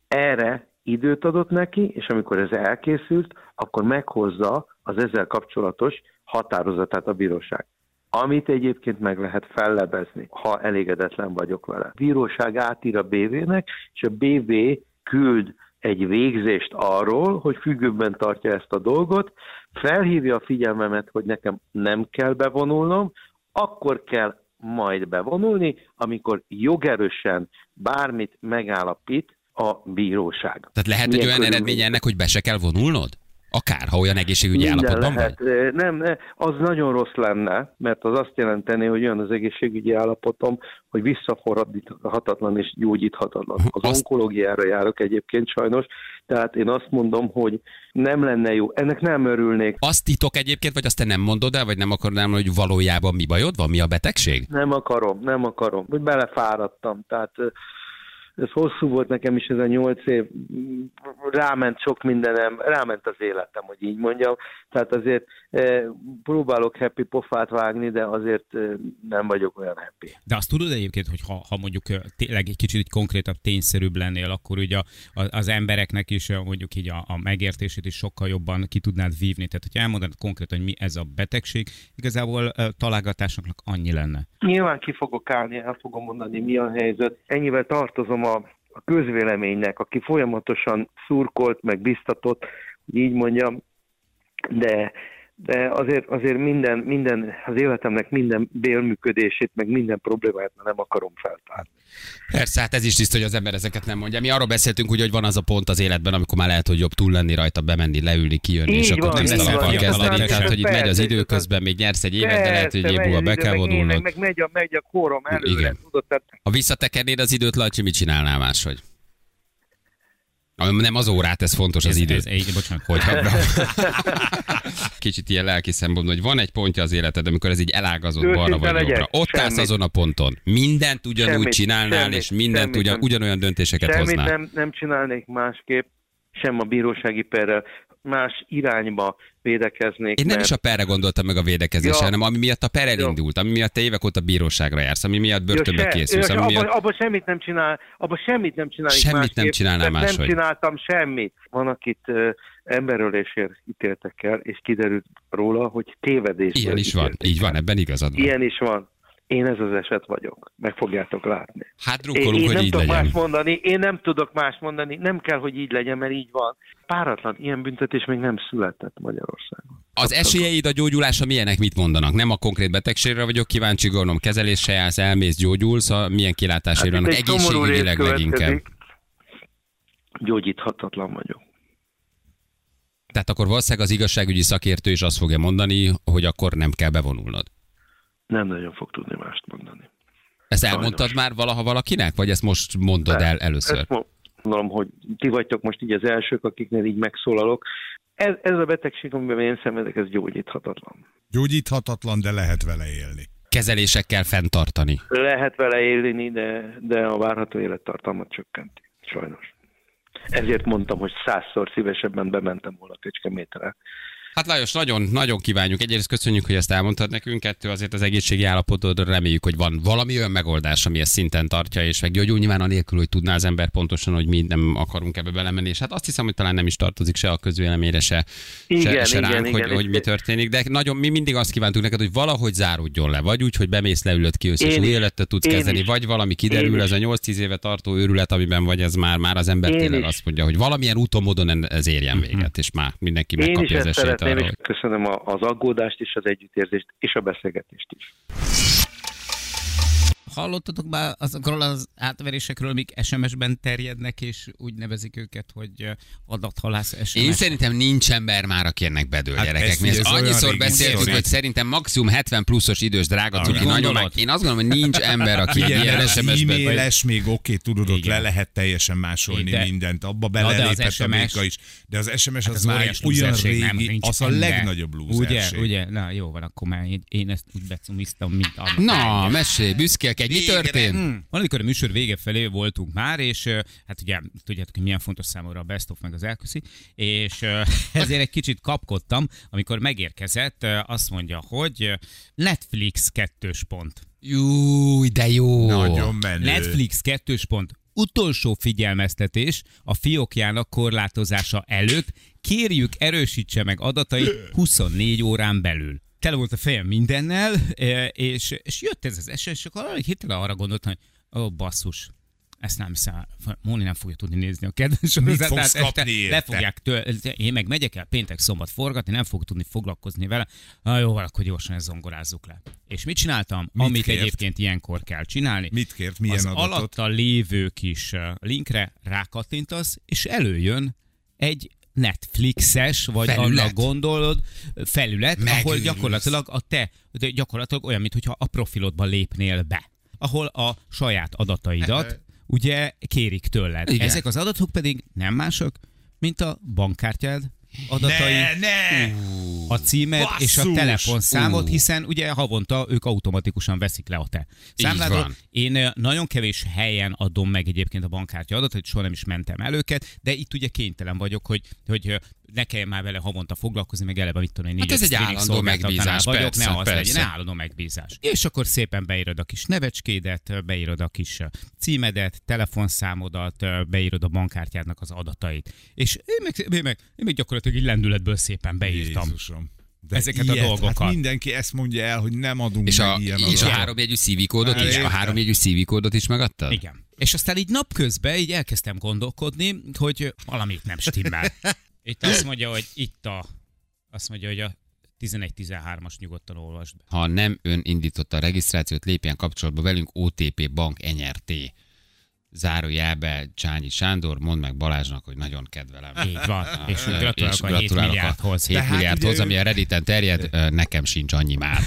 Erre időt adott neki, és amikor ez elkészült, akkor meghozza az ezzel kapcsolatos határozatát a bíróság. Amit egyébként meg lehet fellebezni, ha elégedetlen vagyok vele. A bíróság átír a bé vé-nek, és a bé vé küld egy végzést arról, hogy függőben tartja ezt a dolgot, felhívja a figyelmemet, hogy nekem nem kell bevonulnom, akkor kell majd bevonulni, amikor jogerősen bármit megállapít a bíróság. Tehát lehet egy olyan eredmény ennek, hogy be se kell vonulnod? Akár, ha olyan egészségügyi minden állapotban lehet. vagy? Nem, nem, az nagyon rossz lenne, mert az azt jelenteni, hogy olyan az egészségügyi állapotom, hogy visszafordíthatatlan és gyógyíthatatlan. Az azt... onkológiára járok egyébként sajnos, tehát én azt mondom, hogy nem lenne jó. Ennek nem örülnék. Azt titok egyébként, vagy azt te nem mondod el, vagy nem akarod elmondani, hogy valójában mi bajod van, mi a betegség? Nem akarom, nem akarom. Hogy belefáradtam, tehát ez hosszú volt nekem is, ez a nyolc év, ráment sok mindenem, ráment az életem, hogy így mondjam. Tehát azért eh, próbálok happy pofát vágni, de azért eh, nem vagyok olyan happy. De azt tudod egyébként, hogy ha, ha mondjuk tényleg egy kicsit így konkrétabb, tényszerűbb lennél, akkor ugye a, a, az embereknek is mondjuk így a, a megértését is sokkal jobban ki tudnád vívni. Tehát, hogyha elmondanád konkrétan, hogy mi ez a betegség, igazából találgatásnak annyi lenne. Nyilván ki fogok állni, el fogom mondani, mi a helyzet. Ennyivel tartozom a, a közvéleménynek, aki folyamatosan szurkolt, meg biztatott, hogy így mondjam, de, de azért, azért minden, minden, az életemnek minden bélműködését, meg minden problémát nem akarom feltárni. Persze, hát ez is tiszta, hogy az ember ezeket nem mondja. Mi arról beszéltünk, hogy van az a pont az életben, amikor már lehet, hogy jobb túl lenni rajta, bemenni, leülni, kijönni, így és van, akkor nem lesz alapban kezdeni. Tehát, hogy itt megy az idő persze, közben, még nyersz egy évet, de lehet, hogy egy év múlva be kell vonulnod. Meg, meg megy a, megy a korom előre. Igen. Tudod, tehát... Ha visszatekernéd az időt, Laci, mit csinálnál máshogy? Nem az órát, ez fontos, az ez, idő. Ez, ez, bocsánat, hogyha kicsit ilyen lelki szempontból, hogy van egy pontja az életed, amikor ez így elágazott balra vagy jobbra. Ott semmit. állsz azon a ponton. Mindent ugyanúgy Semmit, csinálnál, semmit, és mindent ugyan, nem. ugyanolyan döntéseket Semmit hoznál. nem, nem csinálnék másképp, sem a bírósági perrel, más irányba védekeznék. Én nem mert... is a perre gondoltam meg a védekezésre, ja. hanem ami miatt a per elindult, ami miatt te évek óta bíróságra jársz, ami miatt börtönbe ja, készülsz. Ja, Ami abba, miatt... abba semmit nem csinál, abba semmit nem csinálnék Semmit másképp, nem csinálnál nem máshogy. csináltam semmit. Van, akit uh, emberölésért ítéltek el, és kiderült róla, hogy tévedésből Ilyen is van, így van, ebben igazad van. Ilyen is van. Én ez az eset vagyok. Meg fogjátok látni. Hát Én, drukkolunk, én hogy nem így tudok legyen. más mondani, én nem tudok más mondani, nem kell, hogy így legyen, mert így van. Páratlan ilyen büntetés még nem született Magyarországon. Az esélyeid a gyógyulásra milyenek, mit mondanak? Nem a konkrét betegségre vagyok kíváncsi, gondolom, kezelésre jársz, elmész, gyógyulsz, a milyen kilátásai vannak, Hát itt egy szomorú egészségügyileg rész leginkább. következik. Gyógyíthatatlan vagyok. Tehát akkor valószínűleg az igazságügyi szakértő is azt fogja mondani, hogy akkor nem kell bevonulnod. Nem nagyon fog tudni mást mondani. Ezt Sajnos. elmondtad már valaha valakinek, vagy ezt most mondod el először? Ezt mondom, hogy ti vagytok most így az elsők, akiknél így megszólalok. Ez, ez a betegség, amiben én szenvedek, ez gyógyíthatatlan. Gyógyíthatatlan, de lehet vele élni. Kezelésekkel fenntartani. Lehet vele élni, de, de a várható élettartalmat csökkenti. Sajnos. Ezért mondtam, hogy százszor szívesebben bementem volna Kecskemétre. Hát Lajos, nagyon, nagyon kívánjuk. Egyrészt köszönjük, hogy ezt elmondtad nekünk. Kettő, azért az egészségi állapotodra reméljük, hogy van valami olyan megoldás, ami ezt szinten tartja, és meggyógyul. Nyilván anélkül, hogy tudná az ember pontosan, hogy mi nem akarunk ebbe belemenni. És hát azt hiszem, hogy talán nem is tartozik se a közvéleményre, se, Igen, se, se igen, ránk, igen, hogy, hogy mi történik. De nagyon, mi mindig azt kívántuk neked, hogy valahogy záródjon le. Vagy úgy, hogy bemész, leülöd ki össze, és új életet tudsz kezdeni. Vagy valami kiderül, ez a nyolc-tíz éve tartó őrület, amiben vagy, ez már, már az ember tényleg azt mondja, hogy valamilyen úton, módon ez érjen véget, és már mindenki megkapja az esélyt arra. Köszönöm az aggódást is, az együttérzést és a beszélgetést is. Hallottatok már azokról az átverésekről, amik es em es-ben terjednek, és úgy nevezik őket, hogy adathalász es em es? Én szerintem nincs ember már, aki ennek bedől, hát gyerekek. Mi annyiszor beszéltük, hogy szerintem maximum hetven pluszos idős drága cuki nagyon meg. Én azt gondolom, hogy nincs ember, aki igen, ilyen es em es-ben. E-mailes még oké, tudod, ott le lehet teljesen másolni de, mindent. Abba belelépett a méka is. De az es em es hát az, az már olyan régi, az a legnagyobb lúzerség. Ugye, ugye? Na jó van, akkor már én ezt úgy becumiztam, mint annak. Na, mesélj, büszkélkedj. Mi történt? Hmm. Valamikor a műsor vége felé voltunk már, és hát ugye tudjátok, hogy milyen fontos számomra a Best of meg az elköszi, és ezért egy kicsit kapkodtam, amikor megérkezett, azt mondja, hogy Netflix kettős pont. Júj, de jó! Nagyon menő. Netflix kettős pont. Utolsó figyelmeztetés a fiókjának korlátozása előtt. Kérjük, erősítse meg adatait huszonnégy órán belül. Tele volt a fejem mindennel, és, és jött ez az es em es, és akkor hirtelen arra gondoltam, hogy ó, basszus, ezt nem hiszem, Móni nem fogja tudni nézni a kedves sorozatát. Mit fogsz kapni érte? Le fogják től, én meg megyek el péntek szombat forgatni, nem fogok tudni foglalkozni vele. Na jó, akkor gyorsan ezt zongorázzuk le. És mit csináltam? Mit Amit kért? Egyébként ilyenkor kell csinálni. Mit kért? Milyen az adatot? alatta lévő kis linkre rákattintasz, és előjön egy Netflixes, vagy felület. annak gondolod, felület, Megőrülsz. ahol gyakorlatilag a te, de gyakorlatilag olyan, mintha a profilodba lépnél be, ahol a saját adataidat ugye kérik tőled. Igen. Ezek az adatok pedig nem mások, mint a bankkártyád adatai. Ne, ne! Uh. a címed basszus! és a telefonszámot, Uh. hiszen ugye havonta ők automatikusan veszik le a te számládról. van. Én nagyon kevés helyen adom meg egyébként a bankkártya adatot, hogy soha nem is mentem el őket, de itt ugye kénytelen vagyok, hogy, hogy ne kelljen már vele havonta foglalkozni, meg eleve mit tudom, hogy Hát négy ez egy állandó megbízás, vagyok, persze, ne az persze. legyen, állandó megbízás. És akkor szépen beírod a kis nevecskédet, beírod a kis címedet, telefonszámodat, beírod a bankkártyádnak az adatait. És én meg, én meg, én meg gyakorlatilag egy lendületből szépen beírtam. Jézusom. De ezeket ilyet, a dolgokat. Hát mindenki ezt mondja el, hogy nem adunk És meg a, ilyen és a adatot. háromjegyű szívikódot is? A Értem. háromjegyű szívikódot is megadtad? Igen. És aztán így napközben így elkezdtem gondolkodni, hogy valamit nem stimmel. Itt azt mondja, hogy itt a, azt mondja, hogy a tizenegy tizenhármas nyugodtan olvasd be. Ha nem ön indította a regisztrációt, lépjen kapcsolatba velünk, o té pé Bank en er té. Zárójelbe Csányi Sándor, mondd meg Balázsnak, hogy nagyon kedvelem. Így van. Ah, És hogy gratulálok a hét gratulálok milliárdhoz. hét Tehát milliárdhoz, ugye ami a Redditen terjed, ö, nekem sincs annyi már.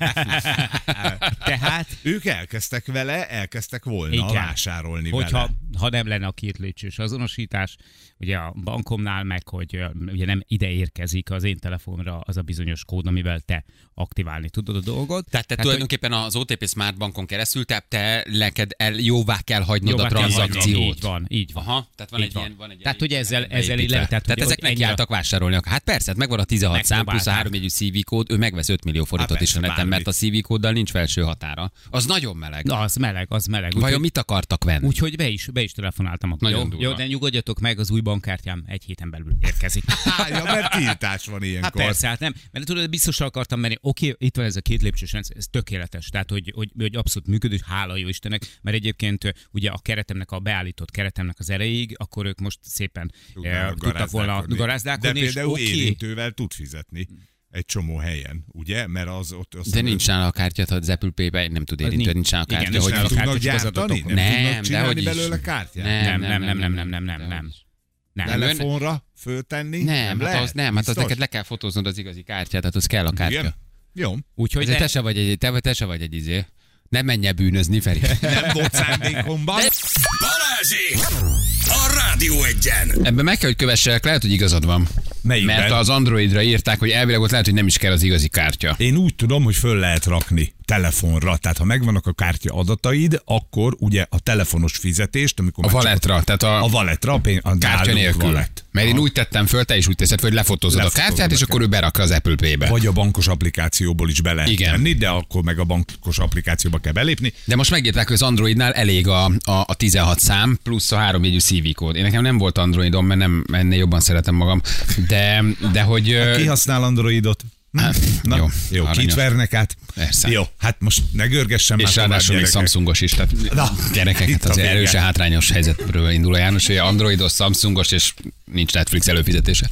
Tehát, Ők elkezdtek vele, elkezdtek volna igen, vásárolni hogyha vele. ha nem lenne a két lépcsős azonosítás, ugye a bankomnál meg, hogy ö, ugye nem ide érkezik az én telefonra az a bizonyos kód, amivel te aktiválni tudod a dolgot. Tehát te hogy tulajdonképpen az o té pé Smart Bankon keresztül, tehát te neked el, jóvá kell hagynod jóvá a kell hagyni. tranzakciót. Így van, így van. Aha, tehát van Így egy van. ilyen, van egy Tehát, ilyen hogy ezzel, beépítve. ezzel így le, tehát, Tehát hogy ezek ott ennyire- nekiálltak vásárolni. Hát persze, hát megvan a tizenhat szám plusz a Megpróbálták. háromjegyű szé vé kód, ő megvesz öt millió forintot Há, is a persze, neten, mert bármit. a szé vé kóddal nincs felső határa. Az nagyon meleg. Na, az meleg, az meleg. Vajon Úgyhogy- mit akartak venni? Úgyhogy be is, be is telefonáltam. Akkor. Nagyon Jó, durva. jó, de nyugodjatok meg, az új bankkártyám egy héten belül érkezik. Há, ja, mert tiltás van ilyenkor. Hát persze, hát nem. Mert tudod, biztos akartam menni, oké, itt van ez a két lépcsős rendszer, ez tökéletes. Tehát, hogy, hogy, hogy abszolút működő, hála jó Istennek, mert egyébként ö, ugye a keretemnek, a beállított keretemnek az erejéig, akkor ők most szépen eh, tudtak volna De garázdálkodni. és például oké. érintővel tud fizetni egy csomó helyen, ugye? Mert az ott... Az De nincs nála a kártyát, ha az Apple Pay-ben nem tud érintő, nincs. nincs nála a Igen, kártya, nincs hogy nála nem a tudnak kártya, csak az gyártani? adatokon. Nem, Nem, tudnak de csinálni hogy is. belőle kártyát? Nem, nem, nem, nem, nem, nem, nem, nem. Nem. Telefonra föltenni? Nem, hát lehet? az, nem, hát az Biztos? neked le kell fotóznod az igazi kártyát, tehát az kell a kártya. Igen? Jó. Úgyhogy Ezért de- te se vagy egy, te, te se vagy egy izé. Nem menj el bűnözni, Feri. Nem volt szándékomban. Balázsék! A Rádió Egyen! Ebben meg kell, hogy kövesselek, lehet, hogy igazad van. Melyikben? Mert az Androidra írták, hogy elvileg ott lehet, hogy nem is kell az igazi kártya. Én úgy tudom, hogy föl lehet rakni telefonra. Tehát ha megvannak a kártya adataid, akkor ugye a telefonos fizetést, amikor A már csak- valetra, tehát a, a valetra, a, pénz, a kártya nálunk nélkül. Valet. Mert én Aha. úgy tettem föl, te is úgy teszed föl, hogy lefotózod a Lefotózod kártyát, és a akkor ő berakja az Apple Pay-be. Vagy a bankos applikációból is be lehet Igen. tenni, de akkor meg a bankos applikációba kell belépni. De most megírták, hogy az Androidnál elég a, a, a tizenhat szám plusz a háromjegyű szé vé kód. Én nekem nem volt Androidom, mert nem, ennél jobban szeretem magam. De, de hogy... ö, Ki használ Androidot? Hm? Na, jó, jó, jó aranyos. kit vernek át? Persze. Jó, hát most ne görgessen már és tovább, ráadásul még gyerekek. Samsungos is, tehát Na, gyerekek, itt hát a azért vége. erősen hátrányos helyzetről indul a János, hogy Androidos, Samsungos, és nincs Netflix előfizetése.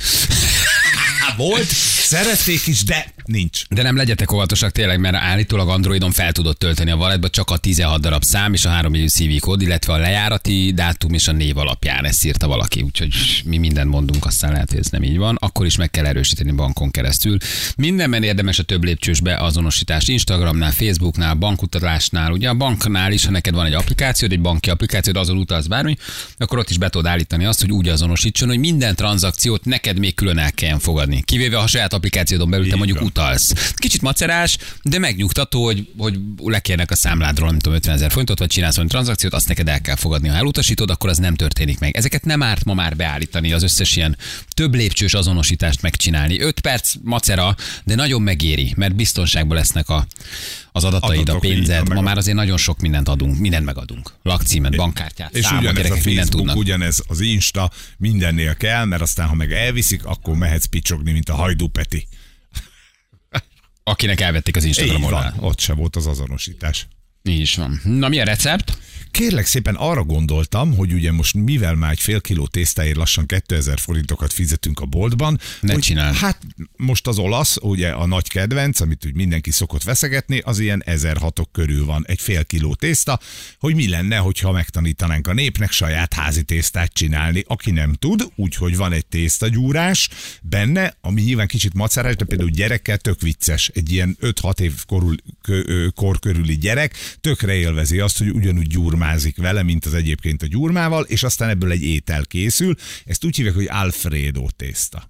Há, volt, szerették is, de nincs. De nem legyetek óvatosak tényleg, mert állítólag Androidon fel tudod tölteni a walletba csak a tizenhat darab szám és a háromjegyű szé vé kód, illetve a lejárati dátum és a név alapján, ezt írta valaki, úgyhogy mi mindent mondunk, aztán lehet, hogy ez nem így van. Akkor is meg kell erősíteni bankon keresztül. Mindenben érdemes a több lépcsős beazonosítást Instagramnál, Facebooknál, bankutalásnál, ugye a banknál is, ha neked van egy applikációd, egy banki applikációd, azon utalsz bármi, akkor ott is be tudod állítani azt, hogy úgy azonosítson, hogy minden tranzakciót neked még külön el kelljen fogadni. Kivéve ha a saját applikációdon belül te Így mondjuk van. utalsz. Kicsit macerás, de megnyugtató, hogy, hogy lekérnek a számládról, nem tudom, ötvenezer forintot, vagy csinálsz olyan tranzakciót, azt neked el kell fogadni. Ha elutasítod, akkor az nem történik meg. Ezeket nem árt ma már beállítani, az összes ilyen több lépcsős azonosítást megcsinálni. öt perc macera, de nagyon megéri, mert biztonságban lesznek a, az adataid, Adatok, a így pénzed. van, meg Ma a- már azért nagyon sok mindent adunk, mindent megadunk. Lakcímet, bankkártyát, És számot, ugyanez a gyerekek, mindent Facebook, tudnak. ugyanez az Insta, mindennél kell, mert aztán, ha meg elviszik, akkor mehetsz picsogni, mint a Hajdú Peti. Akinek elvették az Így Instagramon. van, ott se volt az azonosítás. Így is van. Na, mi a recept? Kérlek szépen arra gondoltam, hogy ugye most mivel már egy fél kiló tésztáért lassan kétezer forintokat fizetünk a boltban. Ne hogy csináld. Hát most az olasz, ugye a nagy kedvenc, amit úgy mindenki szokott veszegetni, az ilyen ezerhatok körül van egy fél kiló tészta, hogy mi lenne, hogyha megtanítanánk a népnek saját házi tésztát csinálni. Aki nem tud, úgyhogy van egy tésztagyúrás benne, ami nyilván kicsit macerás, de például gyerekkel tök vicces. Egy ilyen öt-hat év korul, kö, ö, kor körüli gyerek tökre élvezi azt, hogy ugyanúgy gyurmázik vele, mint az egyébként a gyurmával, és aztán ebből egy étel készül. Ezt úgy hívják, hogy Alfredo tészta.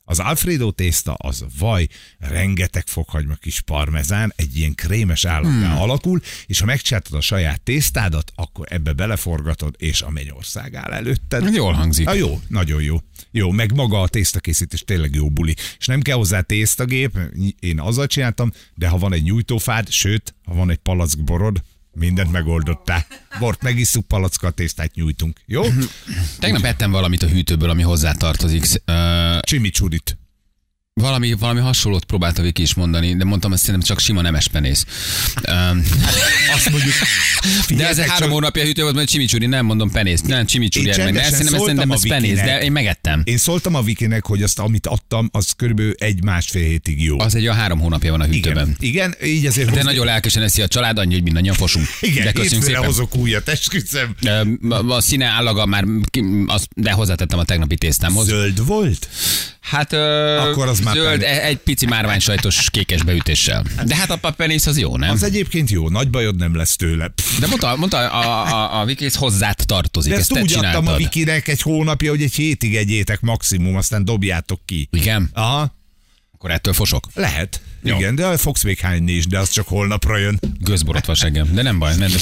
Az Alfredo tészta az vaj, rengeteg fokhagyma, kis parmezán, egy ilyen krémes állattá hmm. alakul, és ha megcsináltad a saját tésztádat, akkor ebbe beleforgatod, és a mennyország áll előtted. Jól hangzik. Ha, jó, nagyon jó. Jó, meg maga a tésztakészítés tényleg jó buli. És nem kell hozzá tésztagép, én azzal csináltam, de ha van egy nyújtófád, sőt, ha van egy palackborod, mindent megoldottál. Bort megisszuk, palackkal tésztát nyújtunk. Jó? Tegnap ettem valamit a hűtőből, ami hozzá tartozik. Uh, Chimichurit. Valami, valami hasonlót próbálta Viki is mondani, de mondtam, hogy szerintem csak sima nemes penész. Um, Azt mondjuk... De ez egy három hónapja hűtő volt, mert chimichurri, nem mondom penész. Nem chimichurri, meg. De szerintem, szerintem ez penész, de én megettem. Én szóltam a Vikinek, hogy azt, amit adtam, az körülbelül egy-másfél hétig jó. Az egy a három hónapja van a hűtőben. Igen, igen, így ezért... De hozzá... nagyon lelkesen eszi a család, annyi, hogy mindannyian fosunk. Igen, de köszönjük szépen. hozok újat, esküszöm. A színe állaga már, de hozzátettem a tegnapi tésztámhoz. Zöld volt? Hát ö, akkor az már zöld, penész. Egy pici márványsajtos kékes beütéssel. De hát a penész az jó, nem? Az egyébként jó, nagy bajod nem lesz tőle. De mondta, mondta a, a, a Viki, ez hozzád tartozik. De ezt, ezt úgy csináltad. Adtam a Vikinek egy hónapja, hogy egy hétig egyétek maximum, aztán dobjátok ki. Igen? Aha. Akkor ettől fosok? Lehet. Jó. Igen, de fogsz még hányni is, de az csak holnapra jön. Gőzborotva seggem, de nem baj. Nem, de...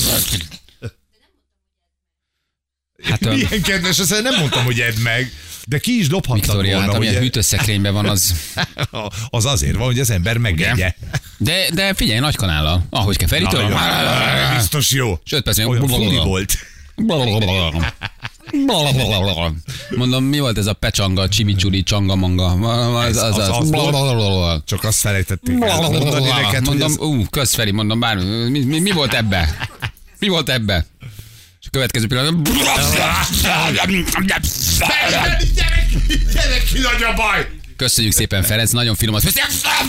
Hát, milyen kedves, azt nem mondtam, hogy edd meg. De ki is dobhattad Viktória, volna. Hát ami ugye? a hűtőszekrényben van, az... az azért van, hogy az ember megegye. De, de figyelj, nagy kanállal. Ahogy kell Feritől. Biztos jó. Sőt, persze, olyan fuli volt. Mondom, mi volt ez a pecsanga, chimichurri, csangamanga? Az, az, az, az, az csak azt felejtették el mondani neked, mondom, ú, kösz Feri, mondom, bármi, mi, mi, mi volt ebbe? Mi volt ebbe? És a következő pillanatban... Gyerek ki, nagy a baj! Köszönjük szépen, Ferenc, nagyon finomat. Ez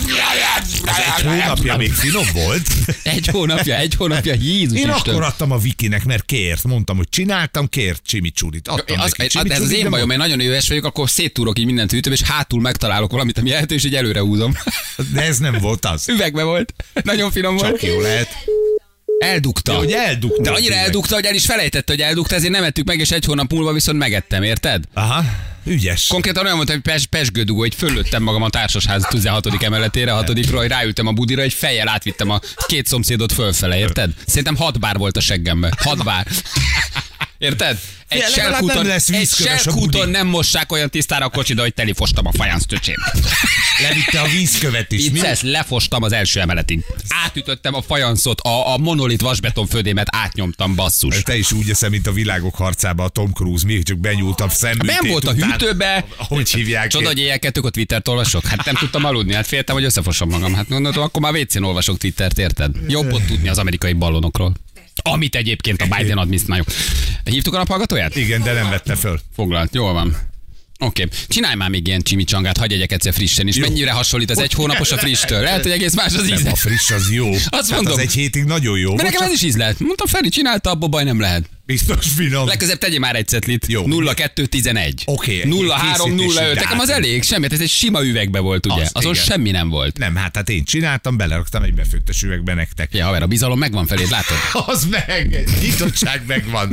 egy hónapja még finom volt. Egy hónapja, egy hónapja, Jézus Én Isten. akkor adtam a Vikinek, mert kért. Mondtam, hogy csináltam, kért chimichurit. Adtam az, neki az, ez az én bajom, mert nagyon éves vagyok, akkor széttúrok így mindent hűtőbe, és hátul megtalálok valamit, ami elhető, és így előre húzom. De ez nem volt az. Üvegbe volt. Nagyon finom volt. Csak jó lehet. Eldugta. De, hogy eldugta. De annyira eldugta, hogy el is felejtette, hogy eldugta, ezért nem ettük meg, és egy hónap múlva viszont megettem, érted? Aha, ügyes. Konkrétan olyan mondtam, hogy pes, pesgődugó, hogy fölöttem magam a társasház tizenhatodik emeletére, hatodikról, hogy ráültem a budira, hogy fejjel átvittem a két szomszédot fölfele, érted? Szerintem hat bár volt a seggembe. Hat bár. Érted? Egy selkúton nem, selkúton nem mossák olyan tisztára a kocsida, hogy telifostam a fajánsz töcsém. Levitte a vízkövet is. Vicces, lefostam az első emeletig. Átütöttem a fajanszot, a, a monolit vasbeton födémet átnyomtam, basszus. Te is úgy eszem, mint a világok harcába a Tom Cruise, még csak benyúltam szemműtét. Ben volt a után, hűtőbe. Hogy hívják? Csoda, hogy éjjel kettők a Twittert olvasok. Hát nem tudtam aludni, hát féltem, hogy összefosom magam. Hát mondhatom, akkor már vécén olvasok Twittert, érted? Jobb ott tudni az amerikai ballonokról. Amit egyébként a Biden adminisztráció. Hívtuk a naphallgatóját? Igen, de nem vette föl. Foglalt, jól van. Oké, okay. Csinálj már még ilyen chimichangát, hagyj egyek egyszer frissen is. Jó. Mennyire hasonlít az egy hónapos a frisstől? Lehet, hogy egész más az íze. Nem, a friss az jó. Azt mondom. Hát az egy hétig nagyon jó. De nekem ez is íz lehet. Mondtam, Feri csinálta, abba baj nem lehet. Biztos finom. Legközelebb tegyél már egy cetlit. nulla kettő tizenegy. Oké. nulla három nulla öt. Nekem az elég, semmit, ez egy sima üvegbe volt, ugye? Az, Azon igen. Semmi nem volt. Nem, hát, hát én csináltam, beleraktam egy befőttes üvegbe nektek. Ja, haver, a bizalom megvan feléd, látod? Az meg, nyitottság megvan.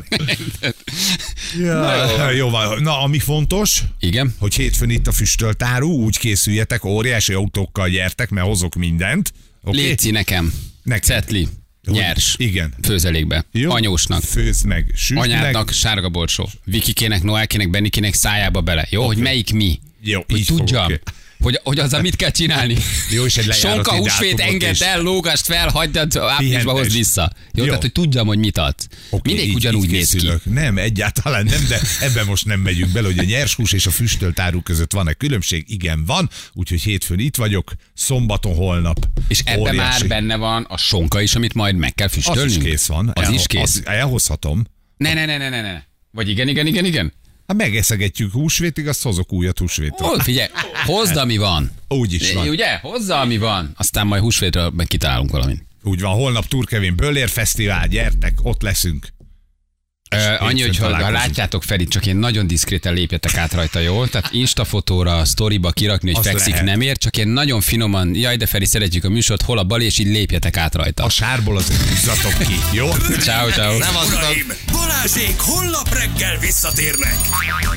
Ja, na, jó van. Na, ami fontos, igen, hogy hétfőn itt a füstölt áru, úgy készüljetek, óriási autókkal gyertek, mert hozok mindent. Okay? Léci nekem. Neked. Cetli. Nyers. Igen. Főzelékbe. Jó. Anyósnak. Főzd meg. Süsd anyádnak meg. Sárga bolsó. Vikikének, Noelkének, Bennikének szájába bele. Jó, okay. Hogy melyik mi. Jó, hogy tudjam. Fogok. Hogy, hogy azzal mit kell csinálni. Jó, és egy sonka, húsvét, engedd el, lógast fel, hagyd, áprilisba hozd vissza. Jó, jó, tehát hogy tudjam, hogy mit adsz. Okay, mindig ugyanúgy néz ki. Nem, egyáltalán nem, de ebben most nem megyünk bele, hogy a nyers hús és a füstölt áru között van-e különbség? Igen, van, úgyhogy hétfőn itt vagyok, szombaton holnap. És ebben óriási. Már benne van a sonka is, amit majd meg kell füstölnünk. Az is kész van. Az El, is kész. Az, elhozhatom. Ne, ne, ne, ne, ne, ne. Vagy igen, igen, igen, igen. Ha megeszegetjük húsvétig, azt hozok újat húsvétra. Oh, figyelj, hozd, ami van. Úgy is van. Ugye? Hozza, ami van. Aztán majd húsvétra meg kitalálunk valamit. Úgy van, holnap Turkevin Böllér Fesztivál, gyertek, ott leszünk. Ö, annyi, hogy ha, ha látjátok Ferit, csak én nagyon diszkréten lépjetek át rajta, jól? Tehát instafotóra, sztoriba kirakni, hogy az fekszik lehet. Nem ér, csak én nagyon finoman, jaj, de Feri, szeretjük a műsort, hol a bal, és így lépjetek át rajta. A sárból az húzzatok ki, jó? Ciao, ciao. Balázsék holnap reggel visszatérnek.